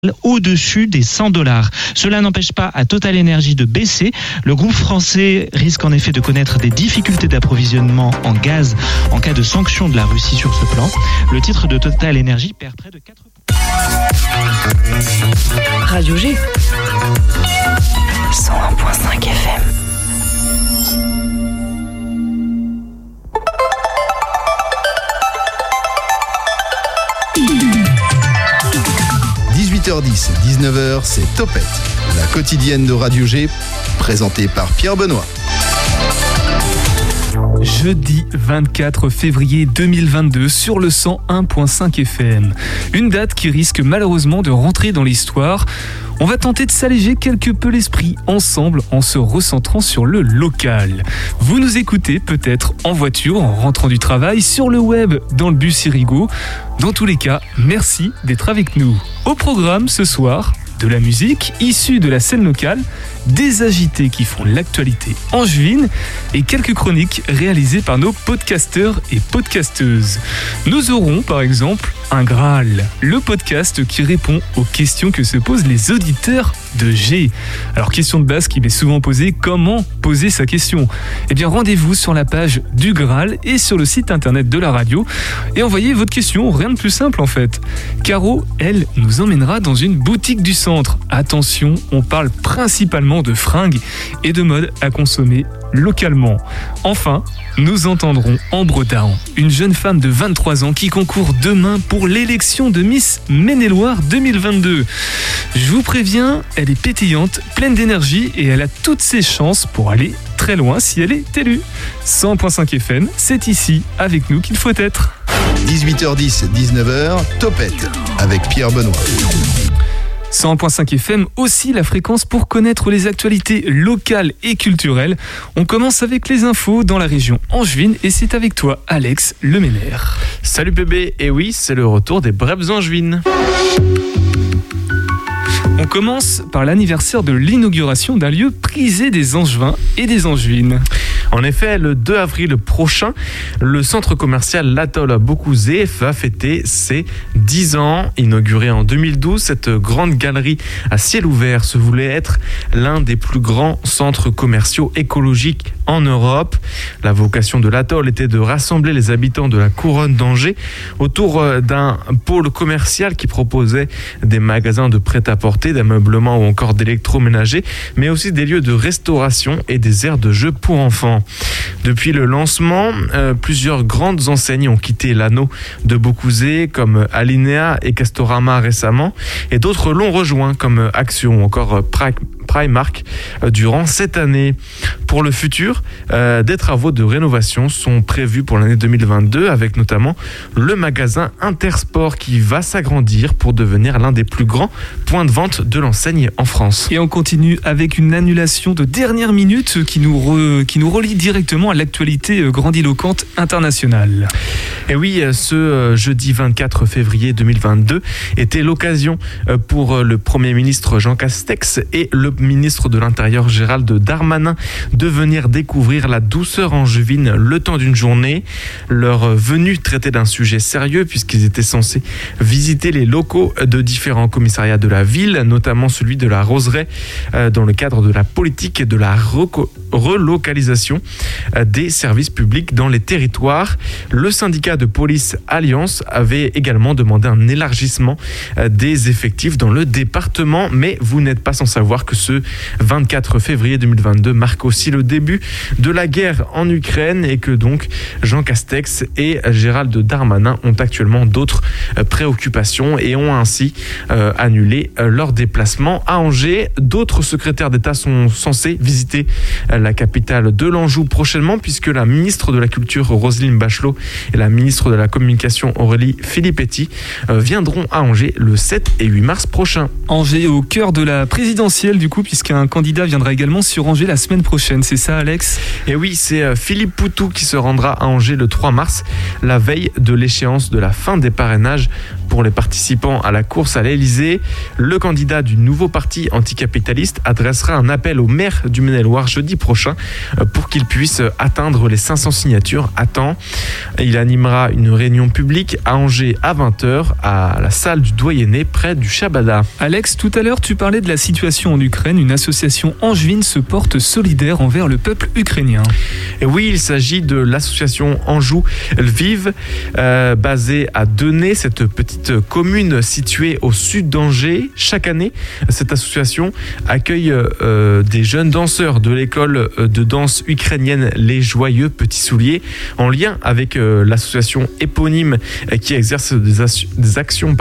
au-dessus des $100. Cela n'empêche pas à Total Energy de baisser. Le groupe français risque en effet de connaître des difficultés d'approvisionnement en gaz en cas de sanctions de la Russie sur ce plan. Le titre de Total Energy perd près de 4 points. Radio G 101.5 FM. – 18h10, 19h, c'est Topette, la quotidienne de Radio G, présentée par Pierre Benoît. Jeudi 24 février 2022 sur le 101.5 FM. Une date qui risque malheureusement de rentrer dans l'histoire. On va tenter de s'alléger quelque peu l'esprit ensemble en se recentrant sur le local. Vous nous écoutez peut-être en voiture, en rentrant du travail, sur le web, dans le bus Irigo. Dans tous les cas, merci d'être avec nous. Au programme ce soir, de la musique issue de la scène locale, des agités qui font l'actualité angevine et quelques chroniques réalisées par nos podcasteurs et podcasteuses. Nous aurons par exemple un Graal, le podcast qui répond aux questions que se posent les auditeurs de G. Alors question de base qui m'est souvent posée, comment poser sa question ? Eh bien rendez-vous sur la page du Graal et sur le site internet de la radio et envoyez votre question, rien de plus simple en fait. Caro, elle, nous emmènera dans une boutique du centre. Attention, on parle principalement de fringues et de mode à consommer localement. Enfin, nous entendrons Ambre Dahan, une jeune femme de 23 ans qui concourt demain pour l'élection de Miss Maine-et-Loire 2022. Je vous préviens, elle est pétillante, pleine d'énergie et elle a toutes ses chances pour aller très loin si elle est élue. 100.5 FM, c'est ici avec nous qu'il faut être. 18h10, 19h, Topette, avec Pierre Benoît. 100.5 FM, aussi la fréquence pour connaître les actualités locales et culturelles. On commence avec les infos dans la région angevine et c'est avec toi, Alex Leménaire. Salut bébé, et oui, c'est le retour des brèves angevines. On commence par l'anniversaire de l'inauguration d'un lieu prisé des Angevins et des Angevines. En effet, le 2 avril prochain, le centre commercial L'Atoll à Beaucouzé va fêter ses 10 ans. Inauguré en 2012, cette grande galerie à ciel ouvert se voulait être l'un des plus grands centres commerciaux écologiques en Europe. La vocation de l'Atoll était de rassembler les habitants de la couronne d'Angers autour d'un pôle commercial qui proposait des magasins de prêt-à-porter, d'ameublement ou encore d'électroménager, mais aussi des lieux de restauration et des aires de jeux pour enfants. Depuis le lancement, plusieurs grandes enseignes ont quitté l'anneau de Beaucouzé comme Alinea et Castorama récemment et d'autres l'ont rejoint comme Action ou encore Primark durant cette année. Pour le futur, des travaux de rénovation sont prévus pour l'année 2022 avec notamment le magasin Intersport qui va s'agrandir pour devenir l'un des plus grands points de vente de l'enseigne en France. Et on continue avec une annulation de dernière minute qui nous relie directement à l'actualité grandiloquente internationale. Et oui, ce jeudi 24 février 2022 était l'occasion pour le Premier ministre Jean Castex et le ministre de l'Intérieur Gérald Darmanin de venir découvrir la douceur angevine le temps d'une journée. Leur venue traitait d'un sujet sérieux puisqu'ils étaient censés visiter les locaux de différents commissariats de la ville, notamment celui de la Roseraie, dans le cadre de la politique de la relocalisation des services publics dans les territoires. Le syndicat de police Alliance avait également demandé un élargissement des effectifs dans le département, mais vous n'êtes pas sans savoir que ce 24 février 2022 marque aussi le début de la guerre en Ukraine et que donc Jean Castex et Gérald Darmanin ont actuellement d'autres préoccupations et ont ainsi annulé leur déplacement à Angers. D'autres secrétaires d'État sont censés visiter la capitale de l'Anjou prochainement puisque la ministre de la Culture Roselyne Bachelot et la ministre de la Communication Aurélie Filippetti viendront à Angers le 7 et 8 mars prochain. Angers au cœur de la présidentielle du coup puisqu'un candidat viendra également sur Angers la semaine prochaine, c'est ça Alex ? Et oui, c'est Philippe Poutou qui se rendra à Angers le 3 mars, la veille de l'échéance de la fin des parrainages pour les participants à la course à l'Elysée. Le candidat du nouveau parti anticapitaliste adressera un appel au maire du Maine-et-Loire jeudi prochain pour qu'il puisse atteindre les 500 signatures à temps. Il animera une réunion publique à Angers à 20h à la salle du Doyenné près du Chabada. Alex, tout à l'heure tu parlais de la situation en Ukraine. Une association angevine se porte solidaire envers le peuple ukrainien. Et oui, il s'agit de l'association Anjou Lviv, basée à Denay, cette petite commune située au sud d'Angers. Chaque année, cette association accueille des jeunes danseurs de l'école de danse ukrainienne Les Joyeux Petits Souliers, en lien avec l'association éponyme qui exerce des actions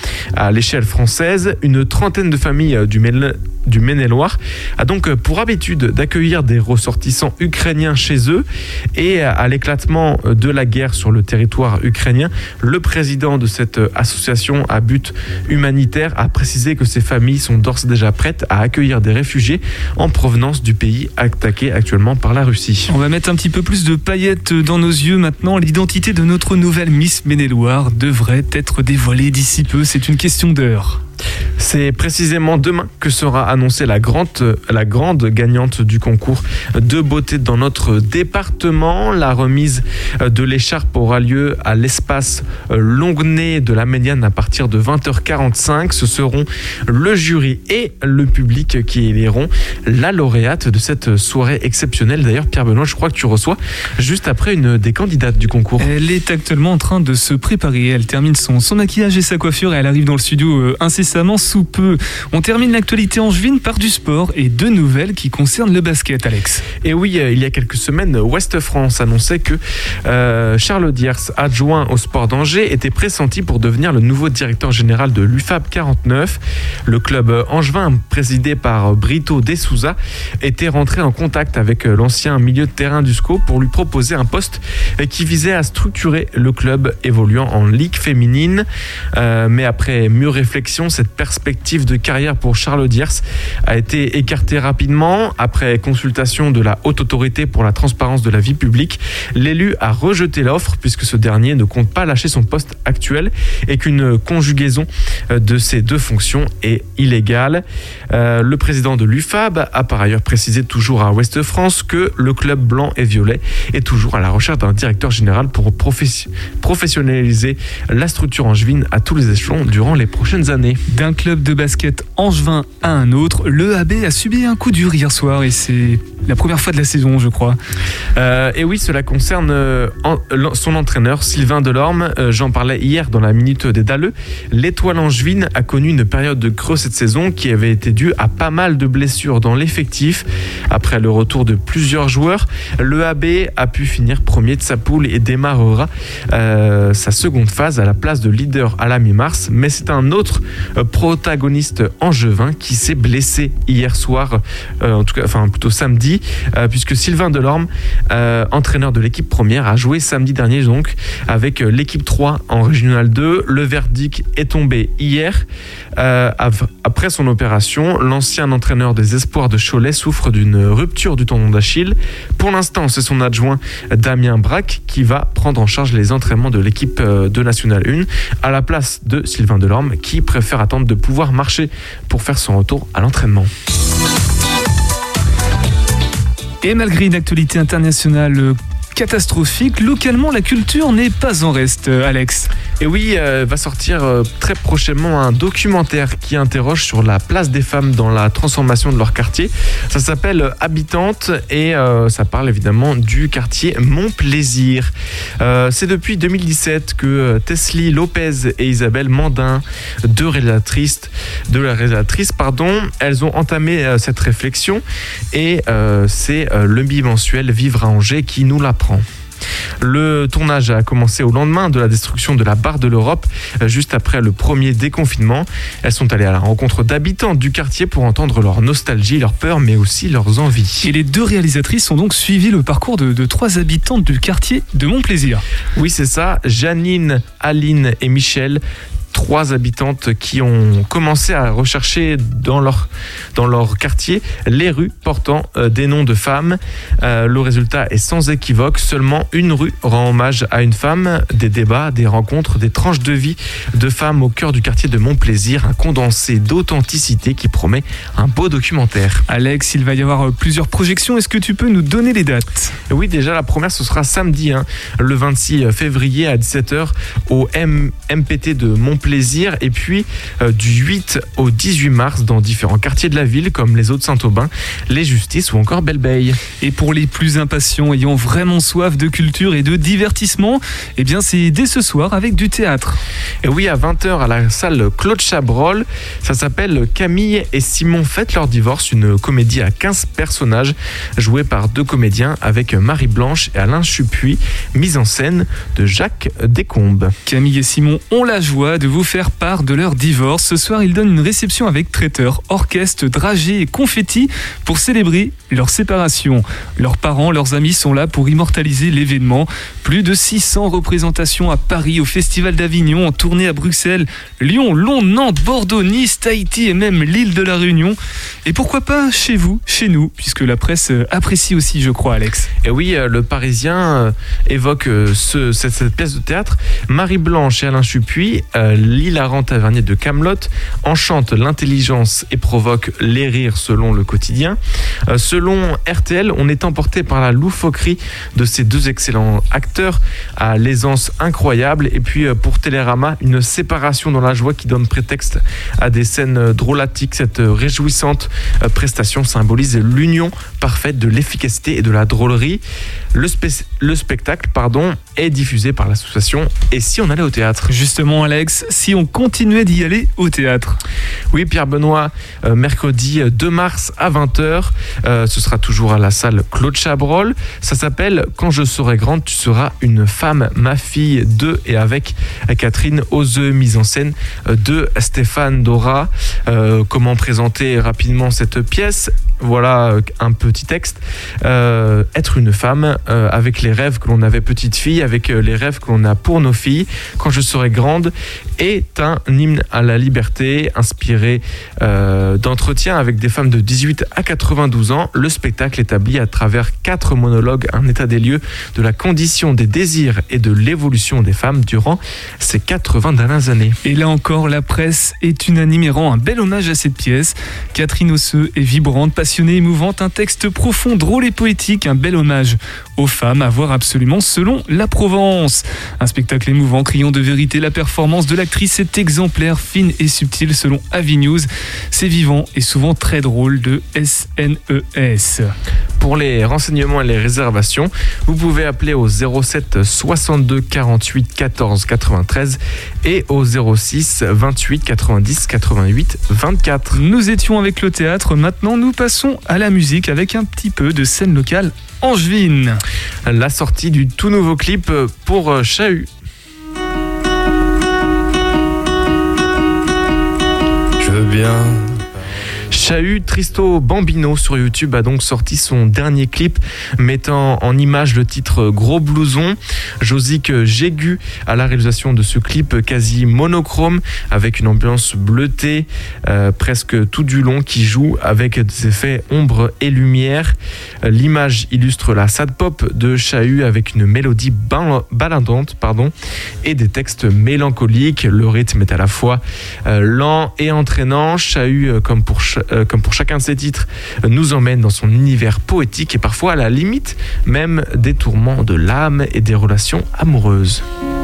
à l'échelle française. Une trentaine de familles du Maine-et-Loire a donc pour habitude d'accueillir des ressortissants ukrainiens chez eux, et à l'éclatement de la guerre sur le territoire ukrainien, le président de cette association à but humanitaire a précisé que ces familles sont d'ores et déjà prêtes à accueillir des réfugiés en provenance du pays attaqué actuellement par la Russie. On va mettre un petit peu plus de paillettes dans nos yeux maintenant. L'identité de notre nouvelle Miss Maine-et-Loire devrait être dévoilée d'ici peu, c'est une question d'heure. C'est précisément demain que sera annoncée la grande gagnante du concours de beauté dans notre département. La remise de l'écharpe aura lieu à l'espace Longuenay de la Médiane à partir de 20h45. Ce seront le jury et le public qui éliront la lauréate de cette soirée exceptionnelle. D'ailleurs, Pierre Benoît, je crois que tu reçois juste après une des candidates du concours. Elle est actuellement en train de se préparer. Elle termine son maquillage et sa coiffure et elle arrive dans le studio incessamment sous peu. On termine l'actualité angevine par du sport et deux nouvelles qui concernent le basket, Alex. Et oui, il y a quelques semaines, Ouest France annonçait que Charles Diers, adjoint au sport d'Angers, était pressenti pour devenir le nouveau directeur général de l'UFAB 49. Le club angevin, présidé par Brito De Souza, était rentré en contact avec l'ancien milieu de terrain du SCO pour lui proposer un poste qui visait à structurer le club évoluant en Ligue féminine. Mais après mûre réflexion, cette perspective de carrière pour Charles Diers a été écartée rapidement. Après consultation de la Haute Autorité pour la transparence de la vie publique, l'élu a rejeté l'offre puisque ce dernier ne compte pas lâcher son poste actuel et qu'une conjugaison de ces deux fonctions est illégale. Le président de l'UFAB a par ailleurs précisé, toujours à Ouest France, que le club blanc et violet est toujours à la recherche d'un directeur général pour professionnaliser la structure angevine à tous les échelons durant les prochaines années. D'un club de basket angevin à un autre, le AB a subi un coup dur hier soir et c'est la première fois de la saison, je crois. Et oui, cela concerne son entraîneur Sylvain Delorme. J'en parlais hier dans la Minute des Dalleux. L'Étoile angevine a connu une période de creux cette saison qui avait été due à pas mal de blessures dans l'effectif. Après le retour de plusieurs joueurs, le AB a pu finir premier de sa poule et démarrera sa seconde phase à la place de leader à la mi-mars. Mais c'est un autre protagoniste angevin qui s'est blessé hier soir, plutôt samedi, puisque Sylvain Delorme, entraîneur de l'équipe première, a joué samedi dernier donc avec l'équipe 3 en Régional 2. Le verdict est tombé hier. Après son opération, l'ancien entraîneur des Espoirs de Cholet souffre d'une rupture du tendon d'Achille. Pour l'instant, c'est son adjoint Damien Braque qui va prendre en charge les entraînements de l'équipe de National 1 à la place de Sylvain Delorme qui préfère attendre de pouvoir marcher pour faire son retour à l'entraînement. Et malgré une actualité internationale catastrophique, localement la culture n'est pas en reste, Alex. Et oui, va sortir très prochainement un documentaire qui interroge sur la place des femmes dans la transformation de leur quartier. Ça s'appelle Habitantes et ça parle évidemment du quartier Montplaisir. C'est depuis 2017 que Teslie Lopez et Isabelle Mandin, deux réalisatrices, elles ont entamé cette réflexion et c'est le bimensuel Vivre à Angers qui nous l'apprend. Le tournage a commencé au lendemain de la destruction de la barre de l'Europe, juste après le premier déconfinement. Elles sont allées à la rencontre d'habitants du quartier pour entendre leur nostalgie, leurs peurs, mais aussi leurs envies. Et les deux réalisatrices ont donc suivi le parcours de trois habitantes du quartier de Montplaisir. Oui, c'est ça. Janine, Aline et Michel 3 habitantes qui ont commencé à rechercher dans leur quartier les rues portant des noms de femmes. Le résultat est sans équivoque, seulement une rue rend hommage à une femme. Des débats, des rencontres, des tranches de vie de femmes au cœur du quartier de Montplaisir, un condensé d'authenticité qui promet un beau documentaire. Alex, il va y avoir plusieurs projections, est-ce que tu peux nous donner les dates ? Oui, déjà la première ce sera samedi, le 26 février à 17h au MPT de Montplaisir, et puis du 8 au 18 mars dans différents quartiers de la ville comme les Hauts-de-Saint-Aubin, les Justices ou encore Belle-Beille. Et pour les plus impatients ayant vraiment soif de culture et de divertissement, eh bien c'est dès ce soir avec du théâtre. Et oui, à 20h à la salle Claude Chabrol, ça s'appelle Camille et Simon fêtent leur divorce, une comédie à 15 personnages jouée par 2 comédiens avec Marie Blanche et Alain Chupuis, mise en scène de Jacques Descombes. Camille et Simon ont la joie de vous faire part de leur divorce. Ce soir, ils donnent une réception avec traiteur, orchestre, dragées et confettis pour célébrer leur séparation. Leurs parents, leurs amis sont là pour immortaliser l'événement. Plus de 600 représentations à Paris, au Festival d'Avignon, en tournée à Bruxelles, Lyon, Londres, Nantes, Bordeaux, Nice, Tahiti et même l'île de la Réunion. Et pourquoi pas chez vous, chez nous, puisque la presse apprécie aussi, je crois, Alex. Et oui, le Parisien évoque cette pièce de théâtre. Marie Blanche et Alain Chupuis, l'hilarant tavernier de Kaamelott, enchantent l'intelligence et provoquent les rires selon le quotidien. Selon RTL, on est emporté par la loufoquerie de ces 2 excellents acteurs à l'aisance incroyable. Et puis pour Télérama, une séparation dans la joie qui donne prétexte à des scènes drôlatiques. Cette réjouissante prestation symbolise l'union parfaite de l'efficacité et de la drôlerie. Le spectacle est diffusé par l'association Et si on allait au théâtre ? Justement, Alex, si on continuait d'y aller au théâtre. Oui, Pierre Benoît, mercredi 2 mars à 20h, ce sera toujours à la salle Claude Chabrol. Ça s'appelle « Quand je serai grande, tu seras une femme, ma fille » de et avec Catherine Ozeux, mise en scène de Stéphane Dora. Comment présenter rapidement cette pièce ? Voilà un petit texte. Être une femme avec les rêves que l'on avait petite fille, avec les rêves que l'on a pour nos filles. Quand je serai grande est un hymne à la liberté, inspiré d'entretiens avec des femmes de 18 à 92 ans. Le spectacle établit à travers 4 monologues un état des lieux de la condition des désirs et de l'évolution des femmes durant ces 80 dernières années. Et là encore, la presse est unanime et rend un bel hommage à cette pièce. Catherine Ozeux est vibrante, passionnée, émouvante, un texte profond, drôle et poétique, un bel hommage aux femmes à voir absolument selon la Provence. Un spectacle émouvant, criant de vérité, la performance de l'actrice est exemplaire, fine et subtile selon Avinews. C'est vivant et souvent très drôle de SNES. Pour les renseignements et les réservations, vous pouvez appeler au 07 62 48 14 93 et au 06 28 90 88 24. Nous étions avec le théâtre, maintenant nous passons à la musique avec un petit peu de scène locale angevine. La sortie du tout nouveau clip pour Chahut. Je veux bien. Chahut, Tristo Bambino sur YouTube a donc sorti son dernier clip mettant en image le titre Gros Blouson. Josique Jégu à la réalisation de ce clip quasi monochrome avec une ambiance bleutée presque tout du long qui joue avec des effets ombre et lumière. L'image illustre la sad pop de Chahut avec une mélodie baladante et des textes mélancoliques. Le rythme est à la fois lent et entraînant. Chahut, comme pour chacun de ses titres, nous emmène dans son univers poétique et parfois à la limite même des tourments de l'âme et des relations amoureuses.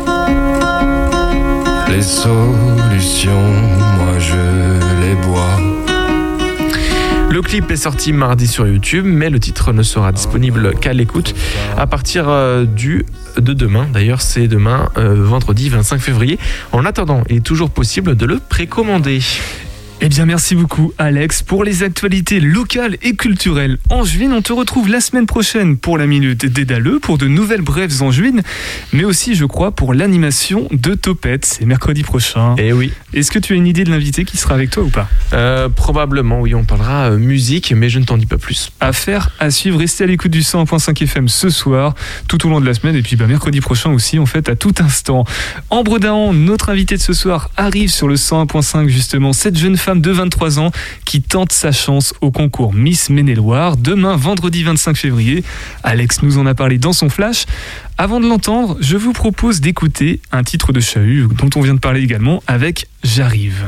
Les solutions, moi je les bois. Le clip est sorti mardi sur YouTube, mais le titre ne sera disponible qu'à l'écoute à partir de demain. D'ailleurs, c'est demain, vendredi 25 février. En attendant, il est toujours possible de le précommander. Eh bien, merci beaucoup, Alex, pour les actualités locales et culturelles angevines. On te retrouve la semaine prochaine pour la Minute Dédaleux, pour de nouvelles brèves angevines, mais aussi, je crois, pour l'animation de Topette. C'est mercredi prochain. Eh oui. Est-ce que tu as une idée de l'invité qui sera avec toi ou pas ? Probablement, oui. On parlera musique, mais je ne t'en dis pas plus. Affaire à suivre. Restez à l'écoute du 101.5 FM ce soir, tout au long de la semaine, et puis mercredi prochain aussi, en fait, à tout instant. Ambre Dahan, notre invité de ce soir, arrive sur le 101.5, justement, cette jeune femme de 23 ans qui tente sa chance au concours Miss Maine-et-Loire demain, vendredi 25 février. Alex nous en a parlé dans son flash. Avant de l'entendre, je vous propose d'écouter un titre de Chahut dont on vient de parler également avec J'arrive.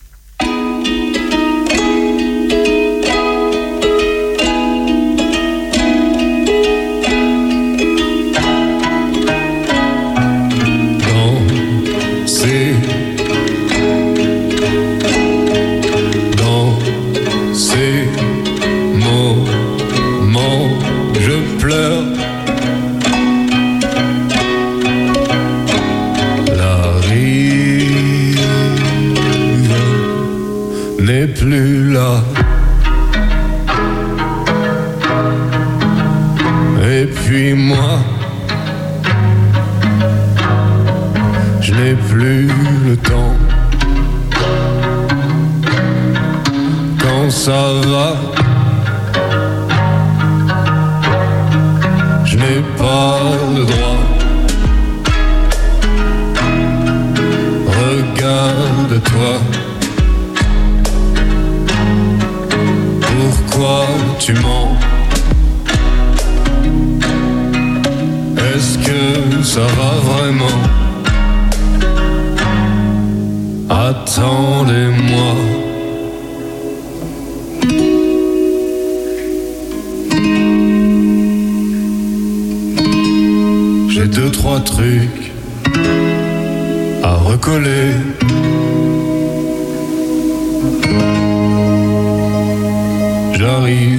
Plus là. Et puis moi, je n'ai plus le temps. Quand ça va, je n'ai pas le droit. Regarde-toi. Pourquoi tu mens? Est-ce que ça va vraiment? Attendez-moi. J'ai 2-3 trucs à recoller. J'arrive.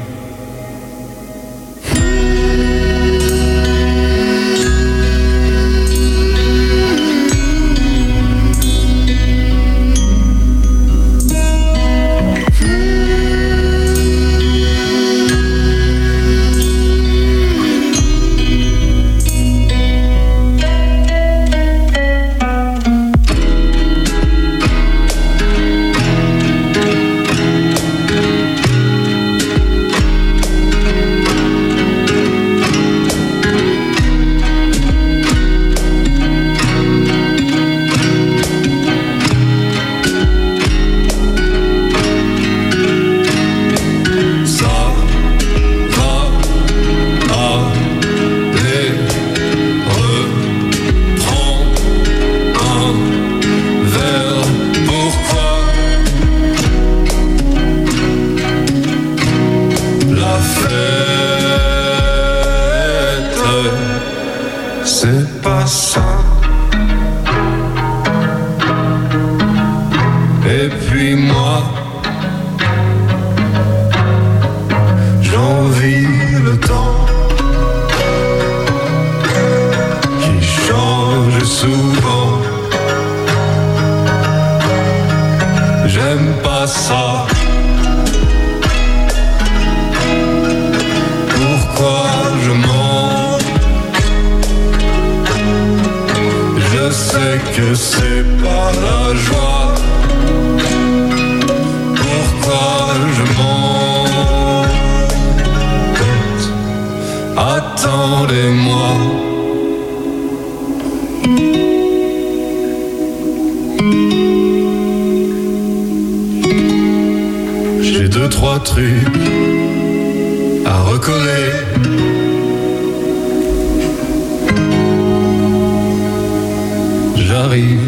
J'ai 2-3 trucs à recoller. J'arrive.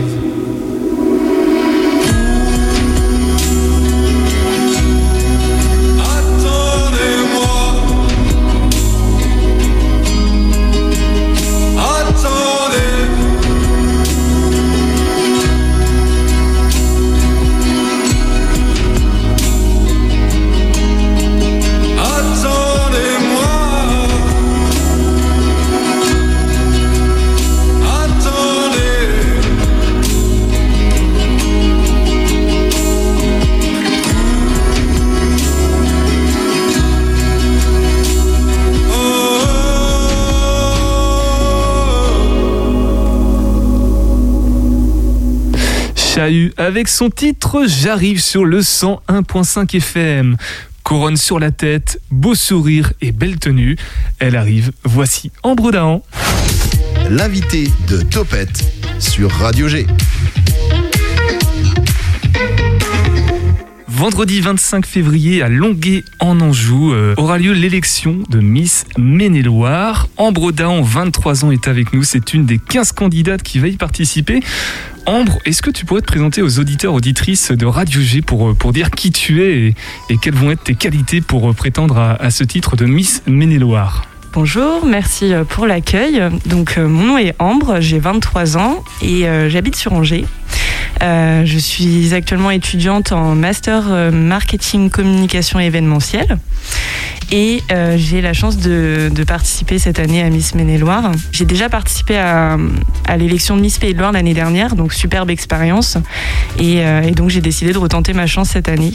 Chahut avec son titre J'arrive sur le 101.5 FM. Couronne sur la tête, beau sourire et belle tenue. Elle arrive, voici Ambre Dahan. L'invité de Topette sur Radio G. Vendredi 25 février à Longué en Anjou aura lieu l'élection de Miss Maine-et-Loire. Ambre Dahan, 23 ans, est avec nous. C'est une des 15 candidates qui va y participer. Ambre, est-ce que tu pourrais te présenter aux auditeurs, auditrices de Radio G pour dire qui tu es et quelles vont être tes qualités pour prétendre à ce titre de Miss Maine-et-Loire ? Bonjour, merci pour l'accueil. Donc mon nom est Ambre, j'ai 23 ans et j'habite sur Angers. Je suis actuellement étudiante en master marketing, communication et événementiel. Et j'ai la chance de participer cette année à Miss Maine-et-Loire. J'ai déjà participé à l'élection de Miss Pays de Loire l'année dernière, donc superbe expérience. Et donc j'ai décidé de retenter ma chance cette année,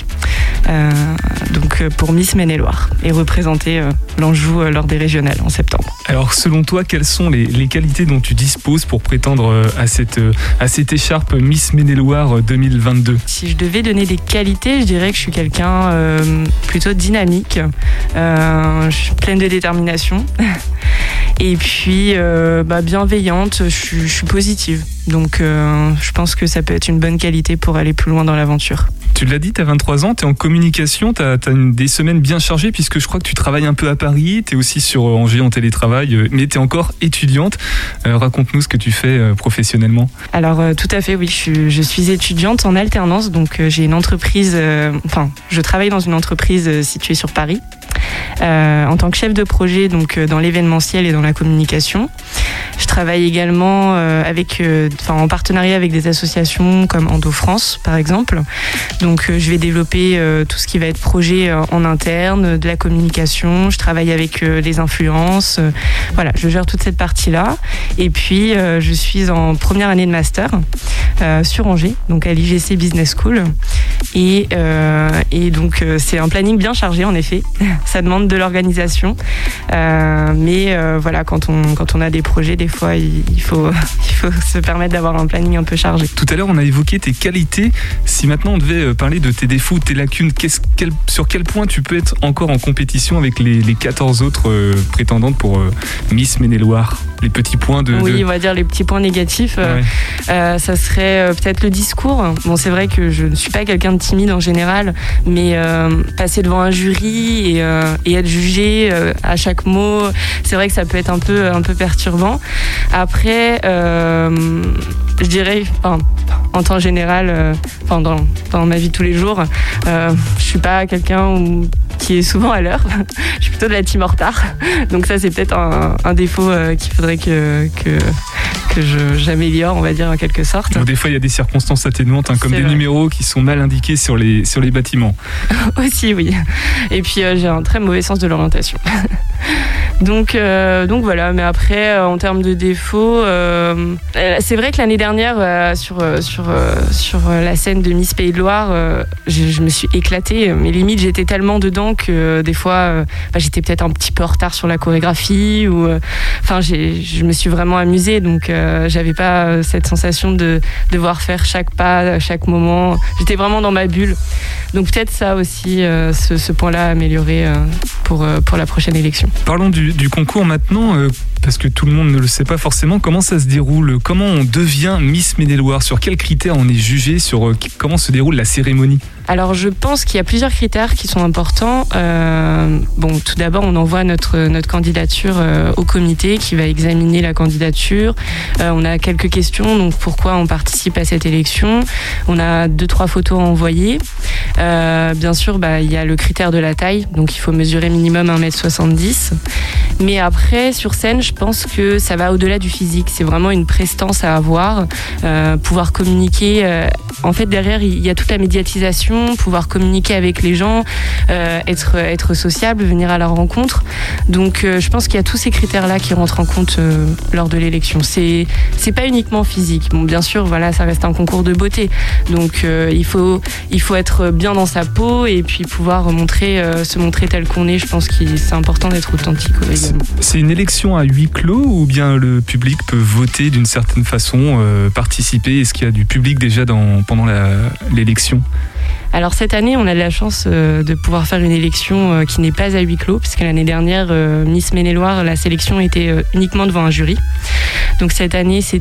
donc pour Miss Maine-et-Loire, et représenter l'Anjou lors des régionales en septembre. Alors selon toi, quelles sont les qualités dont tu disposes pour prétendre à cette écharpe Miss Maine-et-Loire 2022 ? Si je devais donner des qualités, je dirais que je suis quelqu'un plutôt dynamique. Je suis pleine de détermination et puis bienveillante, je suis positive, donc je pense que ça peut être une bonne qualité pour aller plus loin dans l'aventure. Tu l'as dit, tu as 23 ans, tu es en communication, tu as des semaines bien chargées puisque je crois que tu travailles un peu à Paris, tu es aussi sur Angers en télétravail, mais tu es encore étudiante. Raconte-nous ce que tu fais professionnellement. Alors tout à fait, oui, je suis étudiante en alternance, donc j'ai une entreprise, je travaille dans une entreprise située sur Paris. En tant que chef de projet, donc dans l'événementiel et dans la communication. Je travaille également en partenariat avec des associations comme Endo France, par exemple. Donc je vais développer tout ce qui va être projet en interne, de la communication. Je travaille avec les influences. Voilà, je gère toute cette partie-là. Et puis je suis en première année de master sur Angers, donc à l'IGC Business School. Et donc c'est un planning bien chargé, en effet. Ça demande de l'organisation, mais voilà, quand on a des projets, des fois il faut se permettre d'avoir un planning un peu chargé. Tout à l'heure on a évoqué tes qualités. Si maintenant on devait parler de tes défauts, tes lacunes, sur quel point tu peux être encore en compétition avec les 14 autres prétendantes pour Miss Maine-et-Loire? Les petits points Oui, on va dire les petits points négatifs. Ouais. Ça serait peut-être le discours. Bon, c'est vrai que je ne suis pas quelqu'un de timide en général, mais passer devant un jury et être jugé à chaque mot, c'est vrai que ça peut être un peu perturbant. Après, je dirais, en temps général, dans ma vie de tous les jours, je suis pas quelqu'un qui est souvent à l'heure. Je suis plutôt de la team en retard. Donc ça, c'est peut-être un défaut qu'il faudrait que j'améliore, on va dire, en quelque sorte. Bon, des fois, il y a des circonstances atténuantes, comme des numéros qui sont mal indiqués sur les bâtiments. Aussi, oui. Et puis, j'ai un très mauvais sens de l'orientation. Donc voilà, mais après, en termes de défauts, c'est vrai que l'année dernière, sur la scène de Miss Pays de Loire, je me suis éclatée. Mais limite, j'étais tellement dedans que des fois, j'étais peut-être un petit peu en retard sur la chorégraphie. Je me suis vraiment amusée, donc j'avais pas cette sensation de devoir faire chaque pas, chaque moment. J'étais vraiment dans ma bulle. Donc peut-être ça aussi, ce point-là à améliorer pour la prochaine élection. Parlons du concours maintenant, parce que tout le monde ne le sait pas forcément. Comment ça se déroule? Comment on devient Miss Maine-et-Loire? Sur quels critères on est jugé? Sur comment se déroule la cérémonie? Alors je pense qu'il y a plusieurs critères qui sont importants. Tout d'abord on envoie notre candidature au comité qui va examiner la candidature. On a quelques questions, donc pourquoi on participe à cette élection. On a 2-3 photos à envoyer. Bien sûr, il y a le critère de la taille, donc il faut mesurer minimum 1m70. Mais après, sur scène, je pense que ça va au-delà du physique. C'est vraiment une prestance à avoir, pouvoir communiquer. En fait, derrière, il y a toute la médiatisation, pouvoir communiquer avec les gens, être sociable, venir à leur rencontre. Donc je pense qu'il y a tous ces critères-là qui rentrent en compte lors de l'élection. C'est pas uniquement physique. Bon, bien sûr, voilà, ça reste un concours de beauté. Donc il faut être bien dans sa peau et puis pouvoir se montrer tel qu'on est. Je pense que c'est important d'être authentique également. C'est une élection à huis clos ou bien le public peut voter d'une certaine façon, participer? Est-ce qu'il y a du public déjà pendant l'élection? Alors cette année, on a de la chance de pouvoir faire une élection qui n'est pas à huis clos, puisque l'année dernière, Miss Maine-et-Loire, la sélection était uniquement devant un jury. Donc cette année, c'est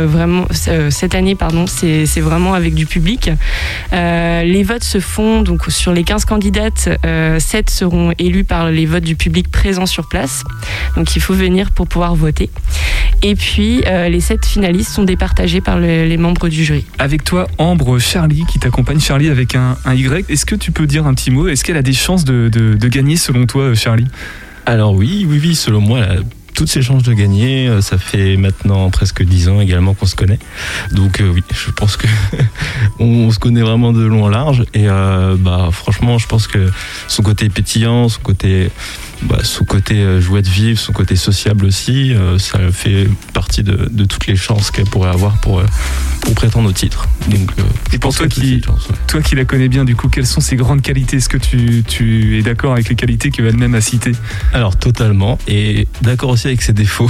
vraiment avec du public. Les votes se font donc sur les 15 candidates, 7 seront élus par les votes du public présent sur place. Donc il faut venir pour pouvoir voter. Et puis les 7 finalistes sont départagés par les membres du jury. Avec toi, Ambre, Charlie qui t'accompagne, Charlie avec un Y. Est-ce que tu peux dire un petit mot? Est-ce qu'elle a des chances de gagner selon toi, Charlie? Alors oui, selon moi, elle a toutes ses chances de gagner. Ça fait maintenant presque 10 ans également qu'on se connaît. Donc oui, je pense que on se connaît vraiment de long en large. Et franchement, je pense que son côté pétillant, son côté joie de vivre, son côté sociable aussi, ça fait partie de toutes les chances qu'elle pourrait avoir pour prétendre au titre. Donc, et pour toi qui la connais bien, du coup, quelles sont ses grandes qualités? Est-ce que tu es d'accord avec les qualités qu'elle-même a citées? Alors totalement, et d'accord aussi avec ses défauts.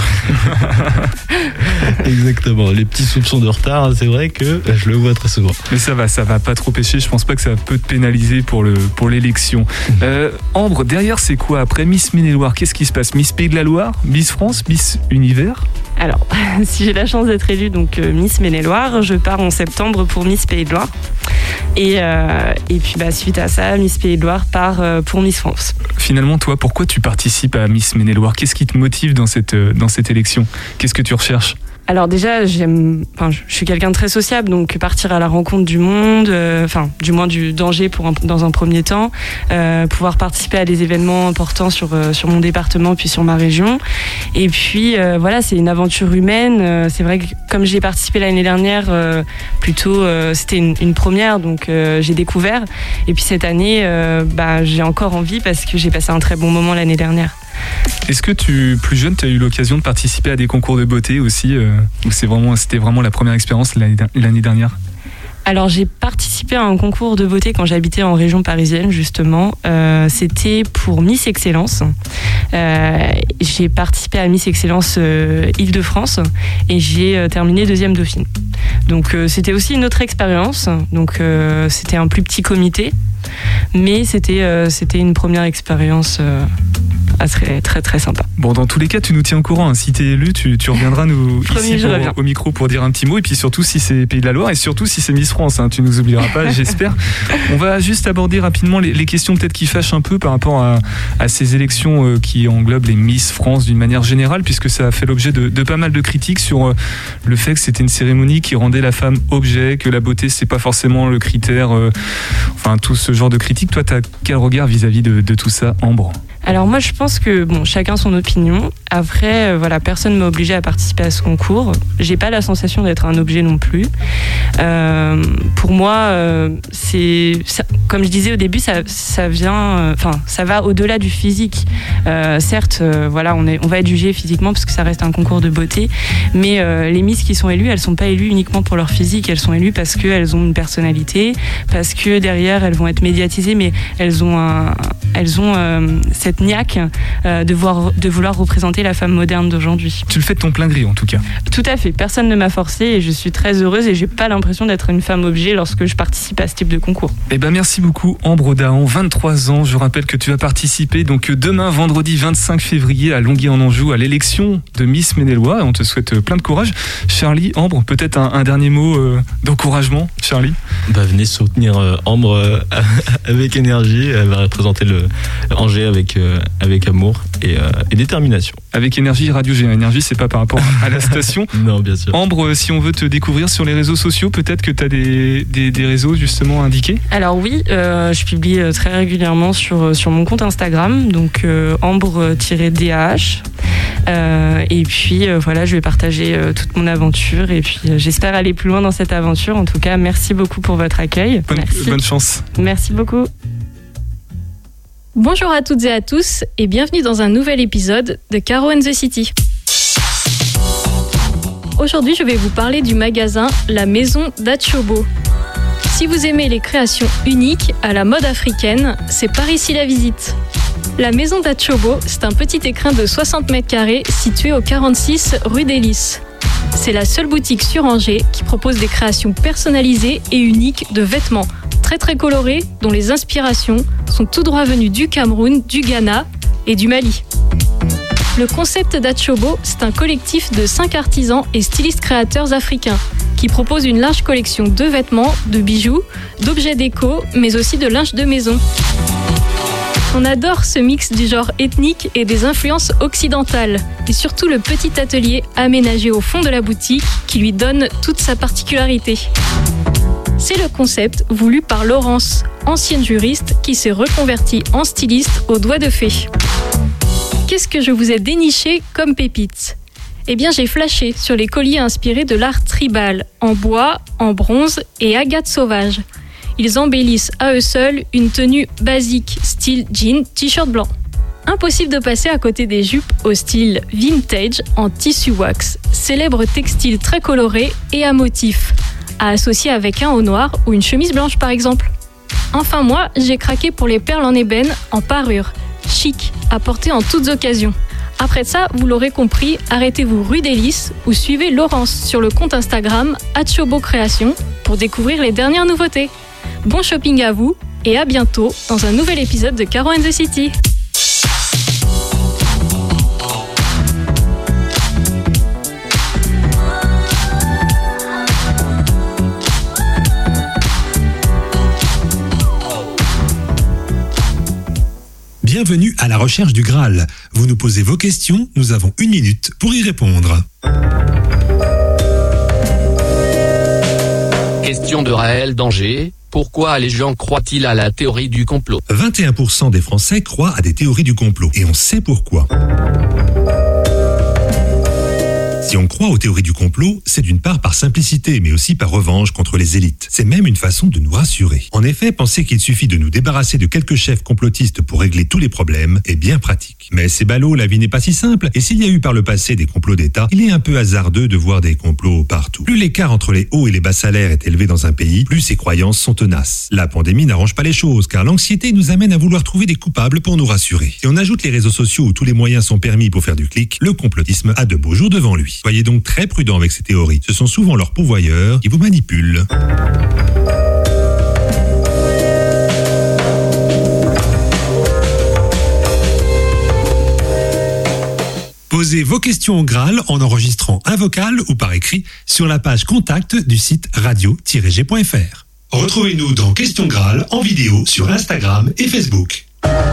Exactement, les petits soupçons de retard, c'est vrai que je le vois très souvent. Mais ça va pas trop pêcher, je pense pas que ça peut te pénaliser pour l'élection. Ambre, derrière c'est quoi après Miss Maine-et-Loire? Qu'est-ce qui se passe? Miss Pays de la Loire, Miss France, Miss Univers? Alors, si j'ai la chance d'être élue donc Miss Maine-et-Loire, je pars en septembre pour Miss Pays de Loire. Et puis suite à ça, Miss Pays de Loire part pour Miss France. Finalement, toi, pourquoi tu participes à Miss Maine-et-Loire? Qu'est-ce qui te motive dans cette élection? Qu'est-ce que tu recherches? Alors déjà, je suis quelqu'un de très sociable, donc partir à la rencontre du monde, du moins du danger dans un premier temps, pouvoir participer à des événements importants sur mon département puis sur ma région. Et puis c'est une aventure humaine. C'est vrai que comme j'ai participé l'année dernière, c'était une première, donc j'ai découvert. Et puis cette année, j'ai encore envie parce que j'ai passé un très bon moment l'année dernière. Est-ce que plus jeune, tu as eu l'occasion de participer à des concours de beauté aussi, ou c'était vraiment la première expérience l'année dernière? Alors j'ai participé à un concours de beauté quand j'habitais en région parisienne justement. C'était pour Miss Excellence. J'ai participé à Miss Excellence Île-de-France et j'ai terminé 2e dauphine. Donc c'était aussi une autre expérience. Donc c'était un plus petit comité, mais c'était une première expérience. Très très très sympa. Bon, dans tous les cas, tu nous tiens au courant. Si t'es élu, tu reviendras au micro pour dire un petit mot. Et puis surtout si c'est Pays de la Loire et surtout si c'est Miss France, tu nous oublieras pas, j'espère. On va juste aborder rapidement les questions peut-être qui fâchent un peu par rapport à ces élections qui englobent les Miss France d'une manière générale, puisque ça a fait l'objet de pas mal de critiques sur le fait que c'était une cérémonie qui rendait la femme objet, que la beauté c'est pas forcément le critère, tout ce genre de critiques. Toi, t'as quel regard vis-à-vis de tout ça, Ambre? Alors moi je pense que chacun son opinion. Après personne m'a obligée à participer à ce concours. J'ai pas la sensation d'être un objet non plus. Pour moi comme je disais au début, ça vient, ça va au-delà du physique. Certes, on va être jugé physiquement parce que ça reste un concours de beauté, mais les Miss qui sont élues, elles sont pas élues uniquement pour leur physique. Elles sont élues parce qu'elles ont une personnalité, parce que derrière elles vont être médiatisées, mais elles ont cette niaque de vouloir représenter la femme moderne d'aujourd'hui. Tu le fais de ton plein gré en tout cas. Tout à fait, personne ne m'a forcé et je suis très heureuse et j'ai pas l'impression d'être une femme objet lorsque je participe à ce type de concours. Merci beaucoup Ambre Dahan, 23 ans. Je rappelle que tu vas participer donc demain vendredi 25 février à Longué-en-Anjou à l'élection de Miss Maine-et-Loire et on te souhaite plein de courage. Charlie, Ambre, peut-être un dernier mot d'encouragement, Charlie? Venez soutenir Ambre avec énergie, elle va représenter le Angers avec amour et détermination. Avec énergie, Radio G. Énergie, c'est pas par rapport à la station. Non, bien sûr. Ambre, si on veut te découvrir sur les réseaux sociaux, peut-être que tu as des réseaux justement indiqués? Alors oui, je publie très régulièrement sur mon compte Instagram, donc Ambre-DAH. Et puis je vais partager toute mon aventure et puis j'espère aller plus loin dans cette aventure. En tout cas, merci beaucoup pour votre accueil. Bonne chance. Merci beaucoup. Bonjour à toutes et à tous et bienvenue dans un nouvel épisode de Caro and the City. Aujourd'hui, je vais vous parler du magasin La Maison d'Achobo. Si vous aimez les créations uniques à la mode africaine, c'est par ici la visite. La Maison d'Achobo, c'est un petit écrin de 60 mètres carrés situé au 46 rue des Lys. C'est la seule boutique sur Angers qui propose des créations personnalisées et uniques de vêtements très colorés dont les inspirations sont tout droit venues du Cameroun, du Ghana et du Mali. Le concept d'Achobo, c'est un collectif de 5 artisans et stylistes créateurs africains qui proposent une large collection de vêtements, de bijoux, d'objets déco, mais aussi de linge de maison. On adore ce mix du genre ethnique et des influences occidentales, et surtout le petit atelier aménagé au fond de la boutique qui lui donne toute sa particularité. C'est le concept voulu par Laurence, ancienne juriste qui s'est reconvertie en styliste au doigt de fée. Qu'est-ce que je vous ai déniché comme pépite ? Eh bien, j'ai flashé sur les colliers inspirés de l'art tribal, en bois, en bronze et agate sauvage. Ils embellissent à eux seuls une tenue basique, style jean, t-shirt blanc. Impossible de passer à côté des jupes au style vintage en tissu wax, célèbre textile très coloré et à motifs, à associer avec un haut noir ou une chemise blanche par exemple. Enfin moi, j'ai craqué pour les perles en ébène en parure, chic, à porter en toutes occasions. Après ça, vous l'aurez compris, arrêtez-vous rue des Lys ou suivez Laurence sur le compte Instagram @Chobo Création pour découvrir les dernières nouveautés. Bon shopping à vous et à bientôt dans un nouvel épisode de Caro and the City. Bienvenue à la recherche du Graal. Vous nous posez vos questions, nous avons 1 minute pour y répondre. Question de Raël d'Angers. Pourquoi les gens croient-ils à la théorie du complot ? 21% des Français croient à des théories du complot. Et on sait pourquoi. Si on croit aux théories du complot, c'est d'une part par simplicité, mais aussi par revanche contre les élites. C'est même une façon de nous rassurer. En effet, penser qu'il suffit de nous débarrasser de quelques chefs complotistes pour régler tous les problèmes est bien pratique. Mais c'est ballot, la vie n'est pas si simple, et s'il y a eu par le passé des complots d'État, il est un peu hasardeux de voir des complots partout. Plus l'écart entre les hauts et les bas salaires est élevé dans un pays, plus ses croyances sont tenaces. La pandémie n'arrange pas les choses, car l'anxiété nous amène à vouloir trouver des coupables pour nous rassurer. Si on ajoute les réseaux sociaux où tous les moyens sont permis pour faire du clic, le complotisme a de beaux jours devant lui. Soyez donc très prudents avec ces théories. Ce sont souvent leurs pourvoyeurs qui vous manipulent. Posez vos questions au Graal en enregistrant un vocal ou par écrit sur la page contact du site radio-g.fr. Retrouvez-nous dans Question Graal en vidéo sur Instagram et Facebook.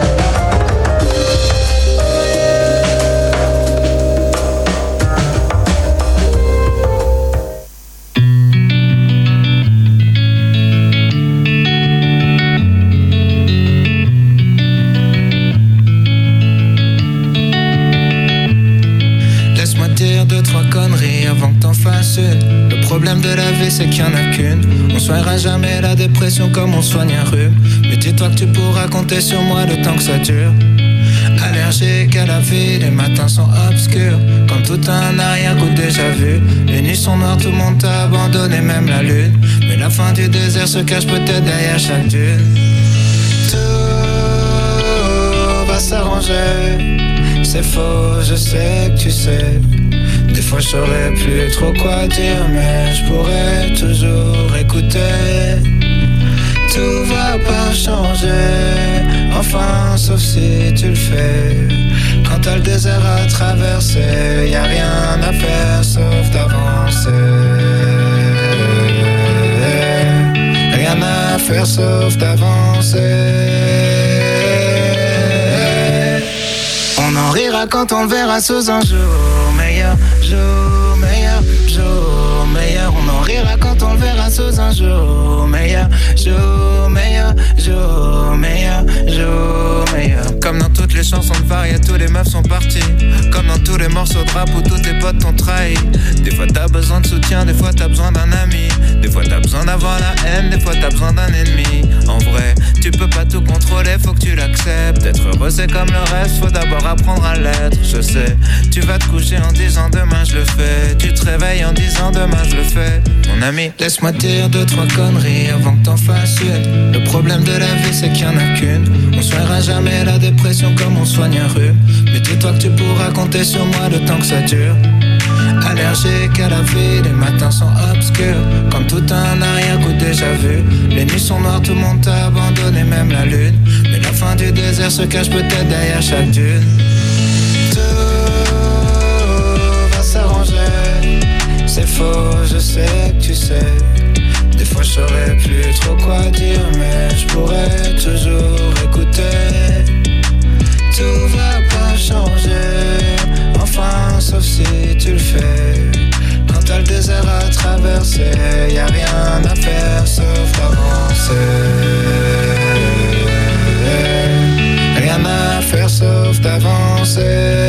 Le problème de la vie c'est qu'il n'y en a qu'une. On soignera jamais la dépression comme on soigne un rhume. Mais dis-toi que tu pourras compter sur moi le temps que ça dure. Allergique à la vie, les matins sont obscurs, comme tout un arrière-goût déjà vu. Les nuits sont noires, tout le monde t'a abandonné, même la lune. Mais la fin du désert se cache peut-être derrière chaque dune. Tout va s'arranger. C'est faux, je sais que tu sais. Des fois je saurais plus trop quoi dire, mais je pourrais toujours écouter. Tout va pas changer, enfin sauf si tu le fais. Quand t'as le désert à traverser, y a rien à faire sauf d'avancer. Rien à faire sauf d'avancer. On en rira quand on le verra sous un jour meilleur, jour meilleur, jour meilleur. On en rira quand on le verra sous un jour meilleur, jour meilleur, jour meilleur, jour meilleur. Comme dans toutes les chansons de Varia, tous les meufs sont partis. Comme dans tous les morceaux de rap où tous tes potes t'ont trahi. Des fois t'as besoin de soutien, des fois t'as besoin d'un ami. Des fois t'as besoin d'avoir la haine, des fois t'as besoin d'un ennemi. En vrai, tu peux pas tout contrôler, faut que tu l'acceptes. Être c'est comme le reste, faut d'abord apprendre à l'être. Je sais, tu vas te coucher en disant demain je le fais. Tu te réveilles en disant demain je le fais. Mon ami, laisse-moi dire 2-3 conneries avant que t'en fasses une. Le problème de la vie c'est qu'il y en a qu'une. On soignera jamais la dépression comme on soigne un rhume. Mais dis-toi que tu pourras compter sur moi le temps que ça dure. Allergique à la vie, les matins sont obscurs. Comme tout un arrière-coup déjà vu. Les nuits sont noires, tout le monde t'a abandonné, même la lune. Mais la fin du désert se cache peut-être derrière chaque dune. Tout va s'arranger. C'est faux, je sais que tu sais. Des fois je saurais plus trop quoi dire, mais je pourrais toujours écouter. Tout va pas changer, enfin sauf si tu le fais. Quand t'as le désert à traverser, y'a rien à faire sauf d'avancer. Rien à faire sauf d'avancer.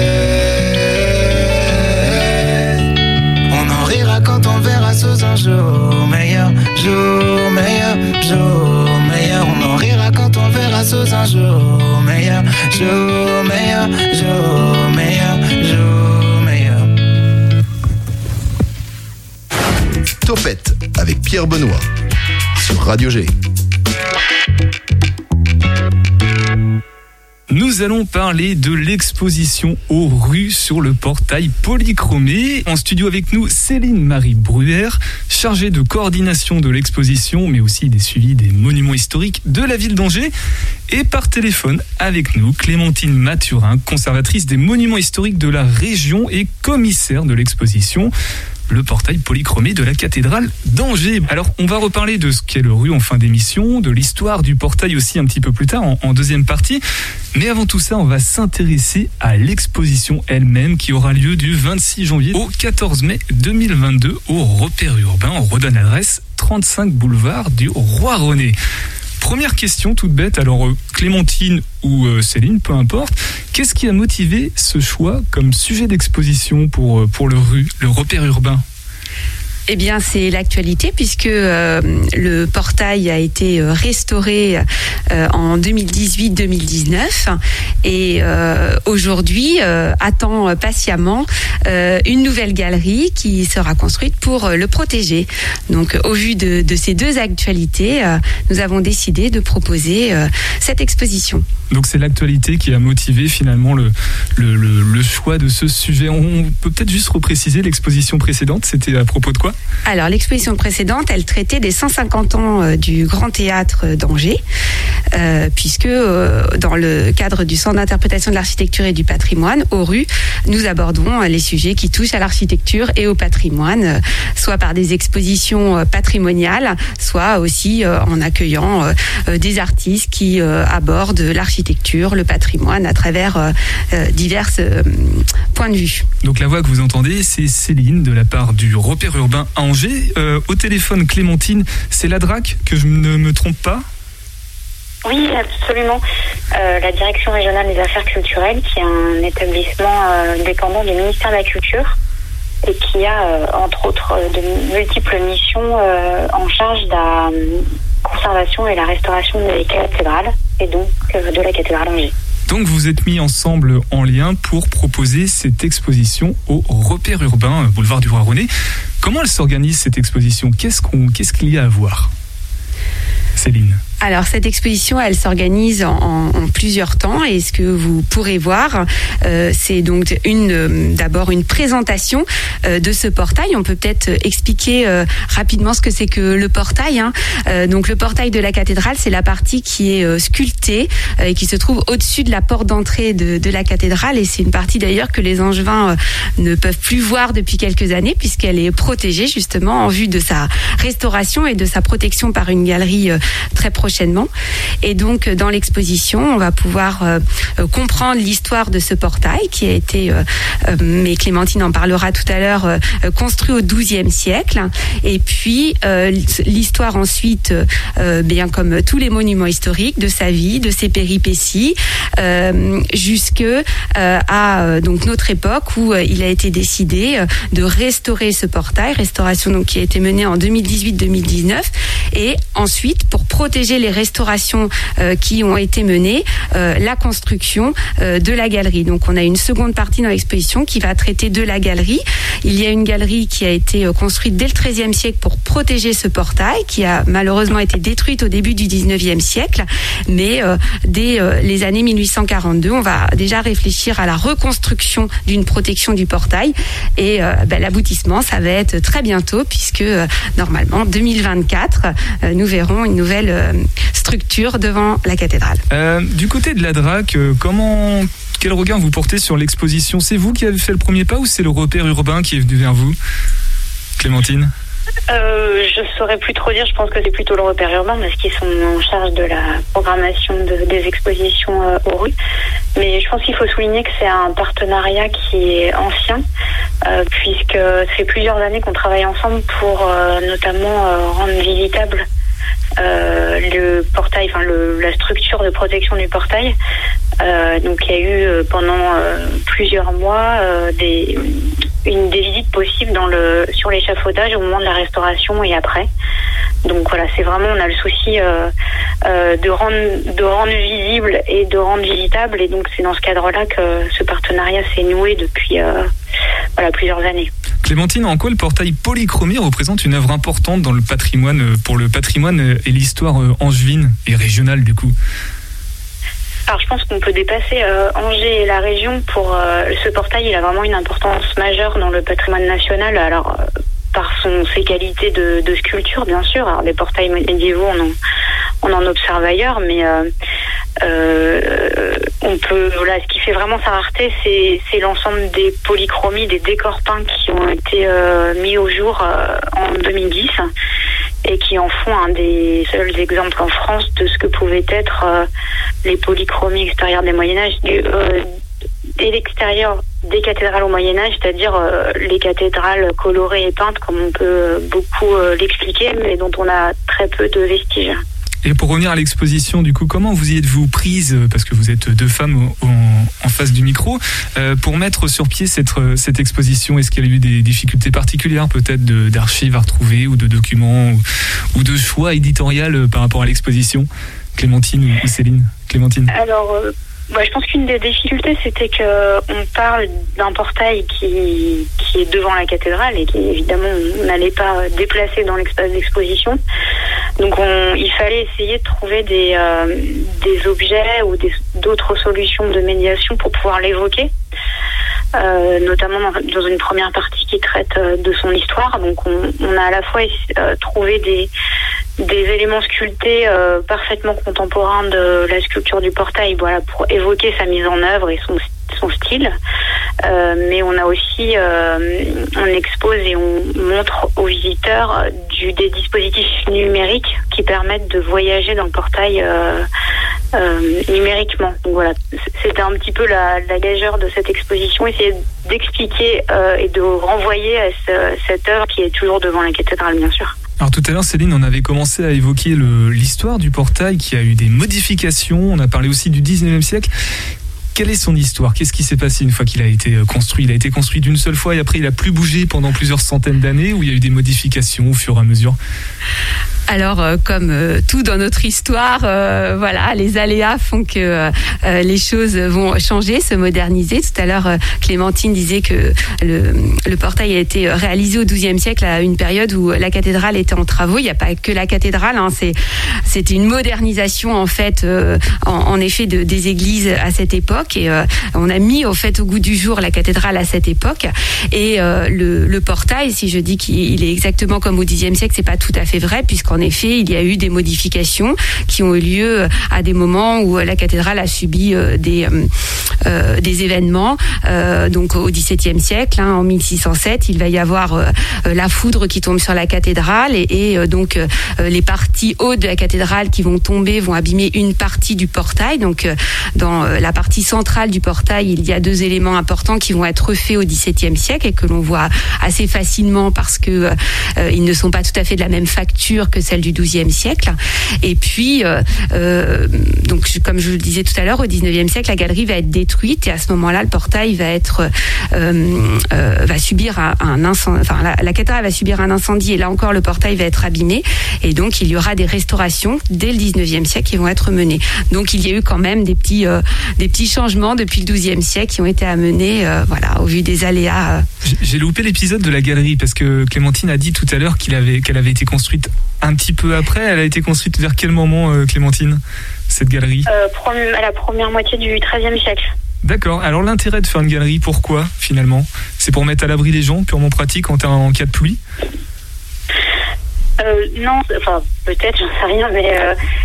On en rira quand on le verra sous un jour meilleur, jour meilleur, jour meilleur. On en rira quand on le verra sous un jour meilleur, jour meilleur, jour meilleur, jour meilleur. Topette avec Pierre Benoît sur Radio G. Nous allons parler de l'exposition aux rues sur le portail polychromé. En studio avec nous, Céline Marie Bruer, chargée de coordination de l'exposition, mais aussi des suivis des monuments historiques de la ville d'Angers. Et par téléphone avec nous, Clémentine Mathurin, conservatrice des monuments historiques de la région et commissaire de l'exposition, le portail polychromé de la cathédrale d'Angers. Alors, on va reparler de ce qu'est le rue en fin d'émission, de l'histoire du portail aussi un petit peu plus tard, en deuxième partie. Mais avant tout ça, on va s'intéresser à l'exposition elle-même qui aura lieu du 26 janvier au 14 mai 2022 au Repère Urbain. On redonne l'adresse 35 boulevard du Roi-René. Première question toute bête, alors Clémentine ou Céline, peu importe, qu'est-ce qui a motivé ce choix comme sujet d'exposition pour le repère urbain ? Eh bien, c'est l'actualité puisque le portail a été restauré en 2018-2019 et aujourd'hui attend patiemment une nouvelle galerie qui sera construite pour le protéger. Donc, au vu de ces deux actualités, nous avons décidé de proposer cette exposition. Donc, c'est l'actualité qui a motivé finalement le choix de ce sujet. On peut peut-être juste repréciser l'exposition précédente, c'était à propos de quoi ? Alors, l'exposition précédente, elle traitait des 150 ans du Grand Théâtre d'Angers, puisque dans le cadre du Centre d'interprétation de l'architecture et du patrimoine, aux rues, nous abordons les sujets qui touchent à l'architecture et au patrimoine, soit par des expositions patrimoniales, soit aussi en accueillant des artistes qui abordent l'architecture, le patrimoine à travers divers points de vue. Donc la voix que vous entendez, c'est Céline de la part du Repère Urbain à Angers. Au téléphone, Clémentine, c'est la DRAC, que je ne me trompe pas ? Oui, absolument. La Direction régionale des affaires culturelles, qui est un établissement dépendant du ministère de la Culture et qui a, entre autres, de multiples missions en charge de la conservation et la restauration des cathédrales et donc de la cathédrale d'Angers. Donc vous êtes mis ensemble en lien pour proposer cette exposition au Repère Urbain, boulevard du Roi-René. Comment elle s'organise cette exposition ? Qu'est-ce qu'il y a à voir ? Céline. Alors cette exposition, elle s'organise en plusieurs temps et ce que vous pourrez voir, c'est donc d'abord une présentation de ce portail. On peut peut-être expliquer rapidement ce que c'est que le portail. Donc le portail de la cathédrale, c'est la partie qui est sculptée et qui se trouve au-dessus de la porte d'entrée de la cathédrale et c'est une partie d'ailleurs que les Angevins ne peuvent plus voir depuis quelques années puisqu'elle est protégée justement en vue de sa restauration et de sa protection par une galerie très prochaine. Et donc dans l'exposition, on va pouvoir comprendre l'histoire de ce portail qui a été, mais Clémentine en parlera tout à l'heure, construit au XIIe siècle. Et puis l'histoire ensuite, bien comme tous les monuments historiques, de sa vie, de ses péripéties, jusque à donc notre époque où il a été décidé de restaurer ce portail, restauration donc qui a été menée en 2018-2019, et ensuite pour protéger les restaurations qui ont été menées, la construction de la galerie. Donc on a une seconde partie dans l'exposition qui va traiter de la galerie. Il y a une galerie qui a été construite dès le XIIIe siècle pour protéger ce portail, qui a malheureusement été détruite au début du XIXe siècle. Mais dès les années 1842, on va déjà réfléchir à la reconstruction d'une protection du portail. Et l'aboutissement, ça va être très bientôt, puisque normalement, 2024, nous verrons une nouvelle structure devant la cathédrale. Du côté de la DRAC, quel regard vous portez sur l'exposition ? C'est vous qui avez fait le premier pas ou c'est le repère urbain qui est venu vers vous, Clémentine ? Je saurais plus trop dire, je pense que c'est plutôt le repère urbain parce qu'ils sont en charge de la programmation des expositions aux rues. Mais je pense qu'il faut souligner que c'est un partenariat qui est ancien, puisque ça fait plusieurs années qu'on travaille ensemble pour notamment rendre visitable le portail, la structure de protection du portail. Donc il y a eu pendant plusieurs mois des visites possibles sur l'échafaudage au moment de la restauration et après. Donc voilà, c'est vraiment, on a le souci de rendre visible et de rendre visitable, et donc c'est dans ce cadre-là que ce partenariat s'est noué depuis plusieurs années. Clémentine, en quoi le portail polychromé représente une œuvre importante dans le patrimoine, pour le patrimoine et l'histoire angevine et régionale du coup ? Alors je pense qu'on peut dépasser Angers et la région pour ce portail. Il a vraiment une importance majeure dans le patrimoine national. Alors par ses qualités de sculpture, bien sûr. Alors des portails médiévaux, on en observe ailleurs, mais ce qui fait vraiment sa rareté, c'est l'ensemble des polychromies, des décors peints qui ont été mis au jour en 2010 et qui en font un des seuls exemples en France de ce que pouvaient être les polychromies extérieures des Moyen-Âge et l'extérieur des cathédrales au Moyen-Âge, c'est-à-dire les cathédrales colorées et peintes, comme on peut beaucoup l'expliquer, mais dont on a très peu de vestiges. Et pour revenir à l'exposition, du coup, comment vous y êtes-vous prise, parce que vous êtes deux femmes en face du micro, pour mettre sur pied cette exposition ? Est-ce qu'il y a eu des difficultés particulières, peut-être d'archives à retrouver, ou de documents, ou de choix éditorial par rapport à l'exposition ? Clémentine ou Céline ? Clémentine ? Alors, je pense qu'une des difficultés, c'était qu'on parle d'un portail qui est devant la cathédrale et qui, évidemment, on n'allait pas déplacer dans l'espace d'exposition. Donc, il fallait essayer de trouver des objets ou d'autres solutions de médiation pour pouvoir l'évoquer, notamment dans une première partie qui traite de son histoire. Donc, on a à la fois trouvé des éléments sculptés parfaitement contemporains de la sculpture du portail, pour évoquer sa mise en œuvre et son style. Mais on a aussi, on expose et on montre aux visiteurs des dispositifs numériques qui permettent de voyager dans le portail numériquement. Donc voilà, c'était un petit peu la gageure de cette exposition, essayer d'expliquer et de renvoyer à cette œuvre qui est toujours devant la cathédrale, bien sûr. Alors tout à l'heure, Céline, on avait commencé à évoquer l'histoire du portail qui a eu des modifications. On a parlé aussi du 19e siècle. Quelle est son histoire ? Qu'est-ce qui s'est passé une fois qu'il a été construit ? Il a été construit d'une seule fois et après il n'a plus bougé pendant plusieurs centaines d'années, ou il y a eu des modifications au fur et à mesure ? Alors, comme tout dans notre histoire, les aléas font que les choses vont changer, se moderniser. Tout à l'heure, Clémentine disait que le portail a été réalisé au XIIe siècle, à une période où la cathédrale était en travaux. Il n'y a pas que la cathédrale, c'était une modernisation en fait, en effet, des églises à cette époque. Et on a mis au goût du jour la cathédrale à cette époque. Et le portail, si je dis qu'il est exactement comme au Xe siècle, c'est pas tout à fait vrai, puisqu'en effet, il y a eu des modifications qui ont eu lieu à des moments où la cathédrale a subi des événements. Donc au XVIIe siècle, en 1607, il va y avoir la foudre qui tombe sur la cathédrale et donc les parties hautes de la cathédrale qui vont tomber vont abîmer une partie du portail. Donc dans la partie centrale du portail, il y a deux éléments importants qui vont être refaits au XVIIe siècle et que l'on voit assez facilement parce que ils ne sont pas tout à fait de la même facture que celle du XIIe siècle. Et puis, donc comme je le disais tout à l'heure, au XIXe siècle, la galerie va être détruite détruite, et à ce moment-là, le portail va subir un incendie. Enfin, la cathédrale va subir un incendie, et là encore, le portail va être abîmé, et donc il y aura des restaurations dès le 19e siècle qui vont être menées. Donc il y a eu quand même des petits changements depuis le 12e siècle qui ont été amenés, au vu des aléas. J'ai loupé l'épisode de la galerie parce que Clémentine a dit tout à l'heure qu'elle avait été construite un petit peu après. Elle a été construite vers quel moment, Clémentine, cette galerie ? À la première moitié du XIIIe siècle. D'accord. Alors l'intérêt de faire une galerie, pourquoi finalement ? C'est pour mettre à l'abri les gens, purement pratique en cas de pluie ? Non, enfin peut-être, j'en sais rien, mais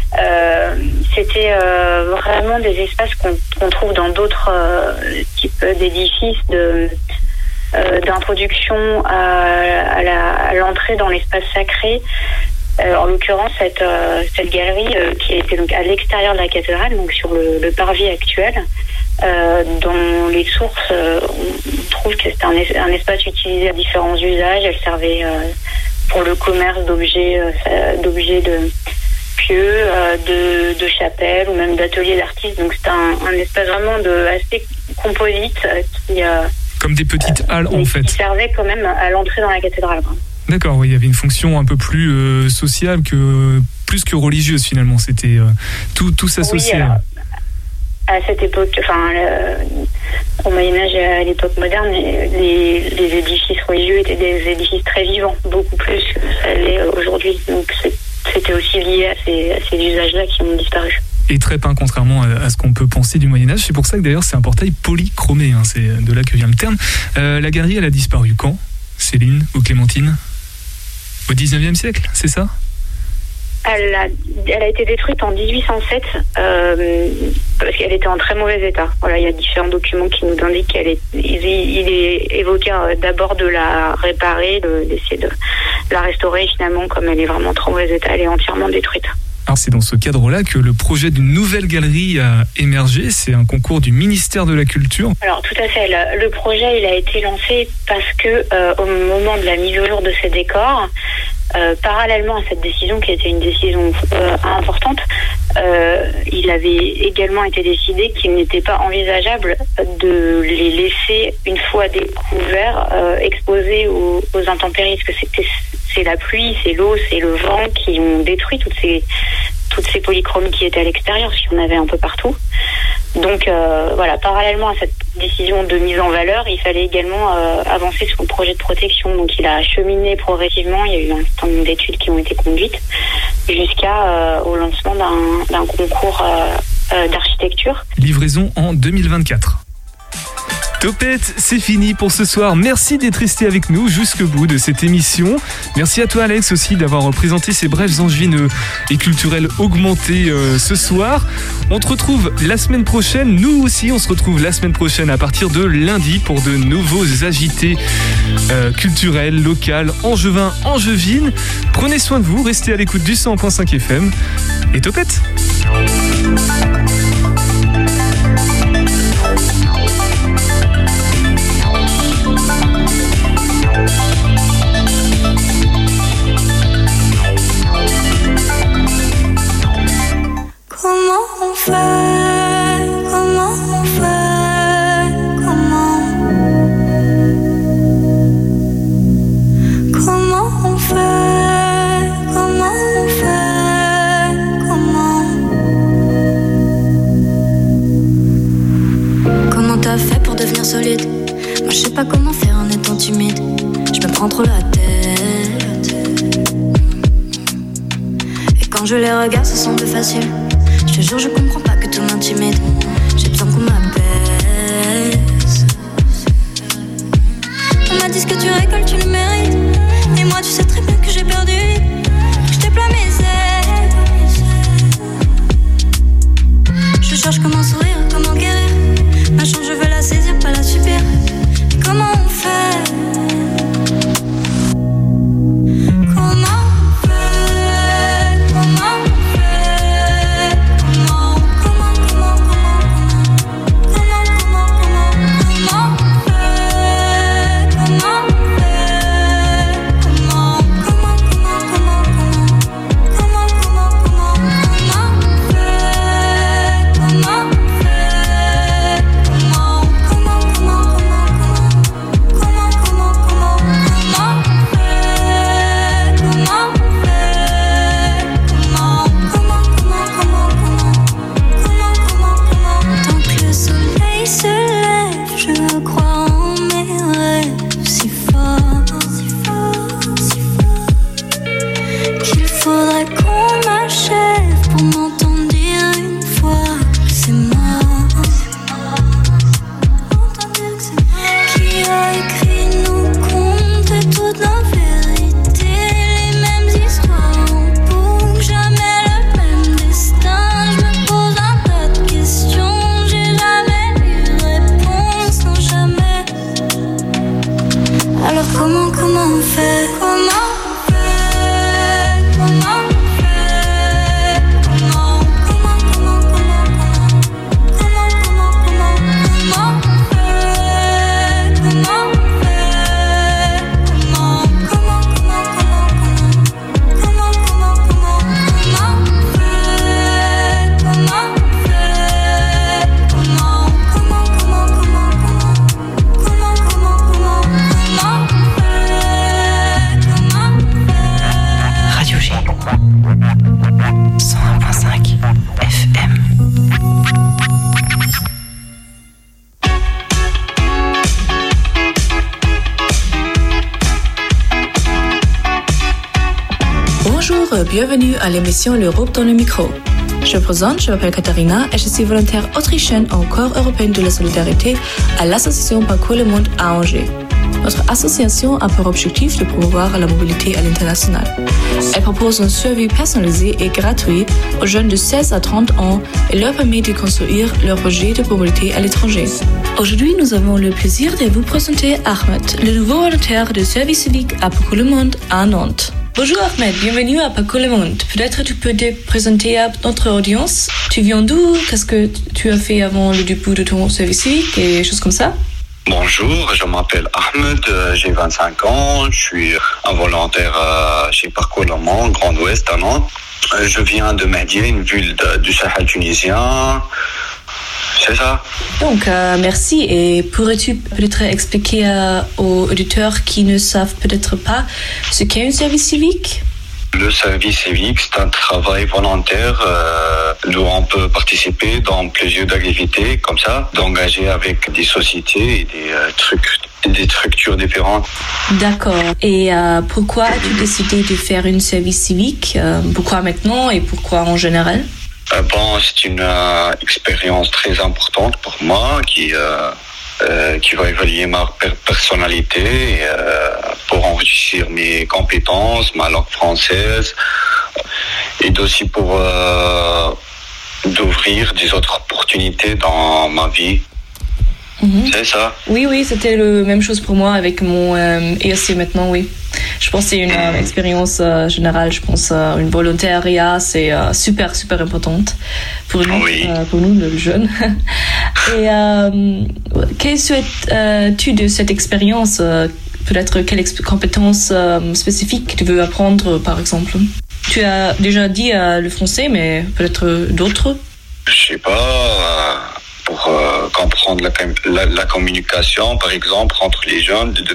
c'était vraiment des espaces qu'on trouve dans d'autres types d'édifices d'introduction à l'entrée dans l'espace sacré. En l'occurrence, cette galerie qui était donc à l'extérieur de la cathédrale, donc sur le parvis actuel. Dans les sources, on trouve que c'était un espace utilisé à différents usages. Elle servait pour le commerce d'objets de pieux, de chapelles ou même d'ateliers d'artistes. Donc c'était un espace vraiment assez composite qui comme des petites halles en fait. Qui servait quand même à l'entrée dans la cathédrale. D'accord, oui, il y avait une fonction un peu plus sociale plus que religieuse finalement. C'était tout s'associait. Oui, à cette époque, au Moyen-Âge et à l'époque moderne, les édifices religieux étaient des édifices très vivants, beaucoup plus que ça l'est aujourd'hui. Donc c'était aussi lié à ces usages-là qui ont disparu. Et très peint, contrairement à ce qu'on peut penser du Moyen-Âge. C'est pour ça que d'ailleurs c'est un portail polychromé, hein, c'est de là que vient le terme. La galerie, elle a disparu quand, Céline ou Clémentine ? Au 19e siècle, c'est ça ? Elle a été détruite en 1807 parce qu'elle était en très mauvais état. Voilà, il y a différents documents qui nous indiquent il est évoqué d'abord de la réparer, d'essayer de la restaurer. Finalement, comme elle est vraiment en très mauvais état, elle est entièrement détruite. Alors c'est dans ce cadre-là que le projet d'une nouvelle galerie a émergé. C'est un concours du ministère de la Culture. Alors tout à fait. Le projet, il a été lancé parce que au moment de la mise au jour de ces décors, parallèlement à cette décision qui était une décision importante, il avait également été décidé qu'il n'était pas envisageable de les laisser, une fois découverts, exposés aux intempéries, parce que c'est la pluie, c'est l'eau, c'est le vent qui ont détruit toutes ces polychromes qui étaient à l'extérieur, s'il y en avait un peu partout. Donc parallèlement à cette décision de mise en valeur, il fallait également avancer sur le projet de protection. Donc il a cheminé progressivement, il y a eu un certain nombre d'études qui ont été conduites jusqu'au lancement d'un concours d'architecture. Livraison en 2024. Topette, c'est fini pour ce soir. Merci d'être resté avec nous jusqu'au bout de cette émission. Merci à toi Alex aussi d'avoir présenté ces brèves angevines et culturelles augmentées ce soir. On te retrouve la semaine prochaine. Nous aussi, on se retrouve la semaine prochaine à partir de lundi pour de nouveaux agités culturels, locales, angevins, angevines. Prenez soin de vous, restez à l'écoute du 100.5 FM et Topette. Comment on fait? Comment on fait? Comment on fait? Comment on fait? Comment t'as fait pour devenir solide? Moi je sais pas comment faire en étant timide. Je me prends trop la tête. Et quand je les regarde, ça semble facile. Je te jure, je comprends pas que tout m'intimide. J'ai besoin qu'on m'apaise. On m'a dit ce que tu récoltes, tu le mérites. Et moi, tu sais très bien que j'ai perdu. Je déploie mes ailes. Je cherche comment sourire, comment guérir. Ma chance, je veux la saisir, pas la subir. Mais comment on fait? bienvenue à l'émission L'Europe dans le micro. Je me présente, je m'appelle Katharina et je suis volontaire autrichienne au Corps européen de la solidarité à l'association Parcours le Monde à Angers. Notre association a pour objectif de promouvoir la mobilité à l'international. Elle propose un suivi personnalisé et gratuit aux jeunes de 16 à 30 ans et leur permet de construire leur projet de mobilité à l'étranger. Aujourd'hui, nous avons le plaisir de vous présenter Ahmed, le nouveau volontaire de service civique à Parcours le Monde à Nantes. Bonjour Ahmed, bienvenue à Parcours le Monde. Peut-être tu peux te présenter à notre audience. Tu viens d'où? Qu'est-ce que tu as fait avant le début de ton service civique et choses comme ça? Bonjour, je m'appelle Ahmed, j'ai 25 ans, je suis un volontaire chez Parcours le Monde, Grand Ouest à Nantes. Je viens de Mehdia, une ville du Sahel tunisien. C'est ça. Donc, merci. Et pourrais-tu peut-être expliquer aux auditeurs qui ne savent peut-être pas ce qu'est un service civique? Le service civique, c'est un travail volontaire où on peut participer dans plusieurs activités comme ça, d'engager avec des sociétés et des structures différentes. D'accord. Et pourquoi as-tu décidé de faire un service civique? Pourquoi maintenant et pourquoi en général? C'est une expérience très importante pour moi qui va évaluer ma personnalité pour enrichir mes compétences, ma langue française et aussi pour d'ouvrir des autres opportunités dans ma vie. C'est ça? Oui, c'était la même chose pour moi avec mon ESC maintenant, oui. Je pense que c'est une expérience générale. Je pense une volontariat, c'est super importante pour nous, pour nous les jeunes. Et qu'est-ce que souhaites-tu de cette expérience? Peut-être quelles compétences spécifiques tu veux apprendre, par exemple? Tu as déjà dit le français, mais peut-être d'autres? Je sais pas. Pour comprendre la communication, par exemple, entre les jeunes des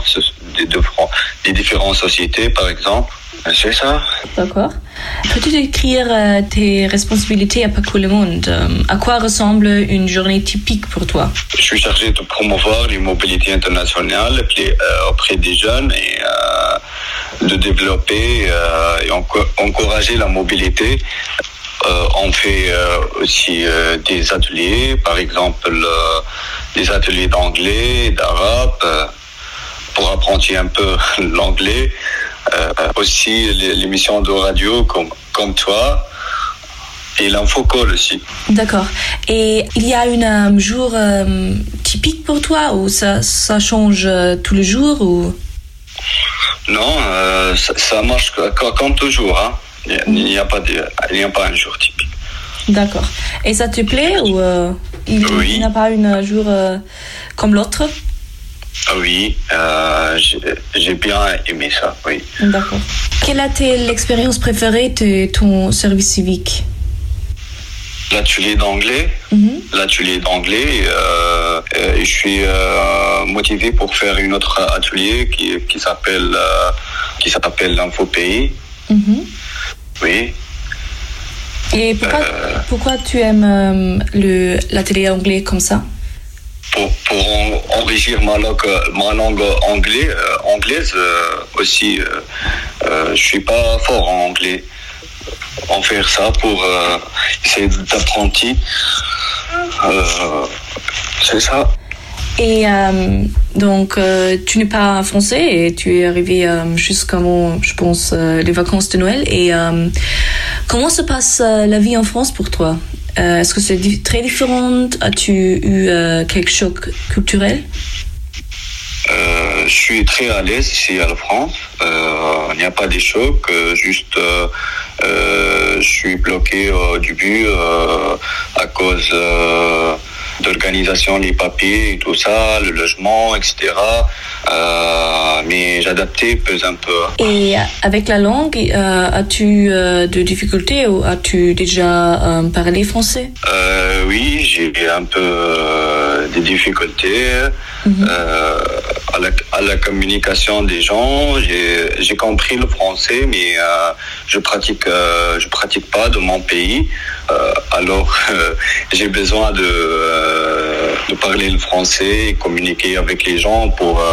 différentes sociétés, par exemple. C'est ça. D'accord. Peux-tu décrire tes responsabilités à Parcours le Monde? À quoi ressemble une journée typique pour toi? Je suis chargé de promouvoir les mobilités internationales auprès des jeunes et de développer et encourager la mobilité. On fait aussi des ateliers, par exemple des ateliers d'anglais, d'arabe, pour apprendre un peu l'anglais. Aussi l'émission de radio comme toi et l'infocall aussi. D'accord. Et il y a un jour typique pour toi ou ça change tous les jours ou? Non, ça marche comme toujours, hein. Il n'y a pas un jour typique. D'accord. Et ça te plaît ou il n'y a pas un jour comme l'autre? Oui, j'ai bien aimé ça, oui. D'accord. Quelle a été l'expérience préférée de ton service civique? L'atelier d'anglais. L'atelier d'anglais. Je suis motivé pour faire une autre atelier qui s'appelle l'Infopays. Oui. Et pourquoi tu aimes l'atelier anglais comme ça? Pour enrichir ma langue anglaise aussi. Je suis pas fort en anglais. En faire ça pour essayer d'apprendre. C'est ça. Et donc, tu n'es pas français et tu es arrivé jusqu'avant, je pense, les vacances de Noël. Et comment se passe la vie en France pour toi? Est-ce que c'est très différent? As-tu eu quelques chocs culturels? Je suis très à l'aise ici à la France. Il n'y a pas de chocs. Juste, je suis bloqué au début à cause d'organisation des papiers et tout ça, le logement, etc. Mais j'adaptais peu à peu. Et avec la langue, as-tu de difficultés ou as-tu déjà parlé français? Oui, j'ai un peu des difficultés à la communication des gens. J'ai compris le français, mais je pratique pas dans mon pays. Alors j'ai besoin de parler le français et communiquer avec les gens pour